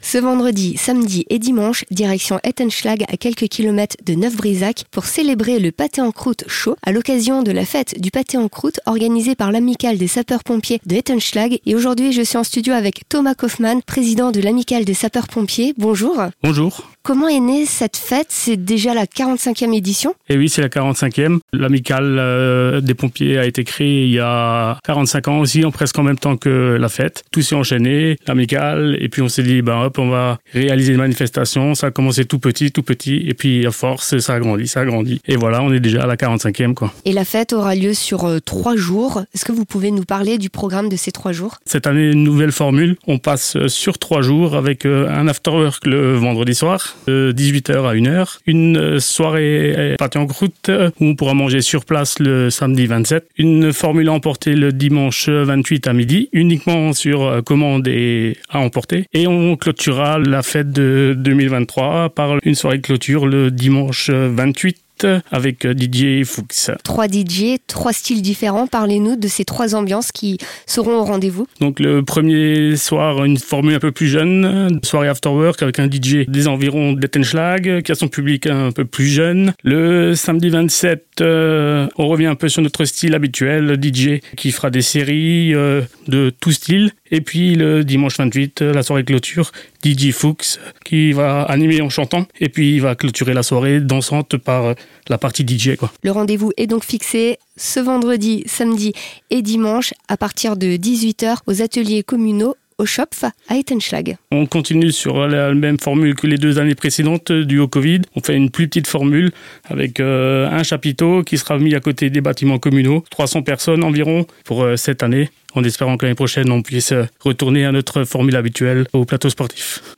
Ce vendredi, samedi et dimanche, direction Ettenschlag à quelques kilomètres de Neuf-Brisach pour célébrer le pâté en croûte chaud à l'occasion de la fête du pâté en croûte organisée par l'amicale des sapeurs-pompiers de Ettenschlag. Et aujourd'hui, je suis en studio avec Thomas Kaufmann, président de l'amicale des sapeurs-pompiers. Bonjour. Bonjour. Comment est née cette fête ? C'est déjà la 45e édition ? Et oui, c'est la 45e. L'amicale des pompiers a été créée il y a 45 ans aussi, presque en même temps que la fête. Tout s'est enchaîné, l'amicale, et puis on s'est dit, on va réaliser une manifestation. Ça a commencé tout petit, et puis à force, ça a grandi. Et voilà, on est déjà à la 45e, quoi. Et la fête aura lieu sur 3 jours. Est-ce que vous pouvez nous parler du programme de ces 3 jours ? Cette année, une nouvelle formule. On passe sur 3 jours avec un after-work le vendredi soir, de 18h à 1h. Une soirée pâté en croûte où on pourra manger sur place le samedi 27. Une formule à emporter le dimanche 28 à midi, uniquement sur commande et à emporter. Et on clôturera la fête de 2023 par une soirée de clôture le dimanche 28. Avec DJ Fuchs. 3 DJ, 3 styles différents. Parlez-nous de ces 3 ambiances qui seront au rendez-vous. Donc le premier soir, une formule un peu plus jeune, soirée after work avec un DJ des environs d'Ettenschlag qui a son public un peu plus jeune. Le samedi 27, on revient un peu sur notre style habituel, DJ qui fera des séries de tout style. Et puis le dimanche 28, la soirée clôture, DJ Fuchs qui va animer en chantant. Et puis il va clôturer la soirée dansante par la partie DJ, quoi. Le rendez-vous est donc fixé ce vendredi, samedi et dimanche à partir de 18h aux ateliers communaux au Schopf à Ettenschlag. On continue sur la même formule que les 2 années précédentes dû au Covid. On fait une plus petite formule avec un chapiteau qui sera mis à côté des bâtiments communaux. 300 personnes environ pour cette année, en espérant que l'année prochaine on puisse retourner à notre formule habituelle au plateau sportif.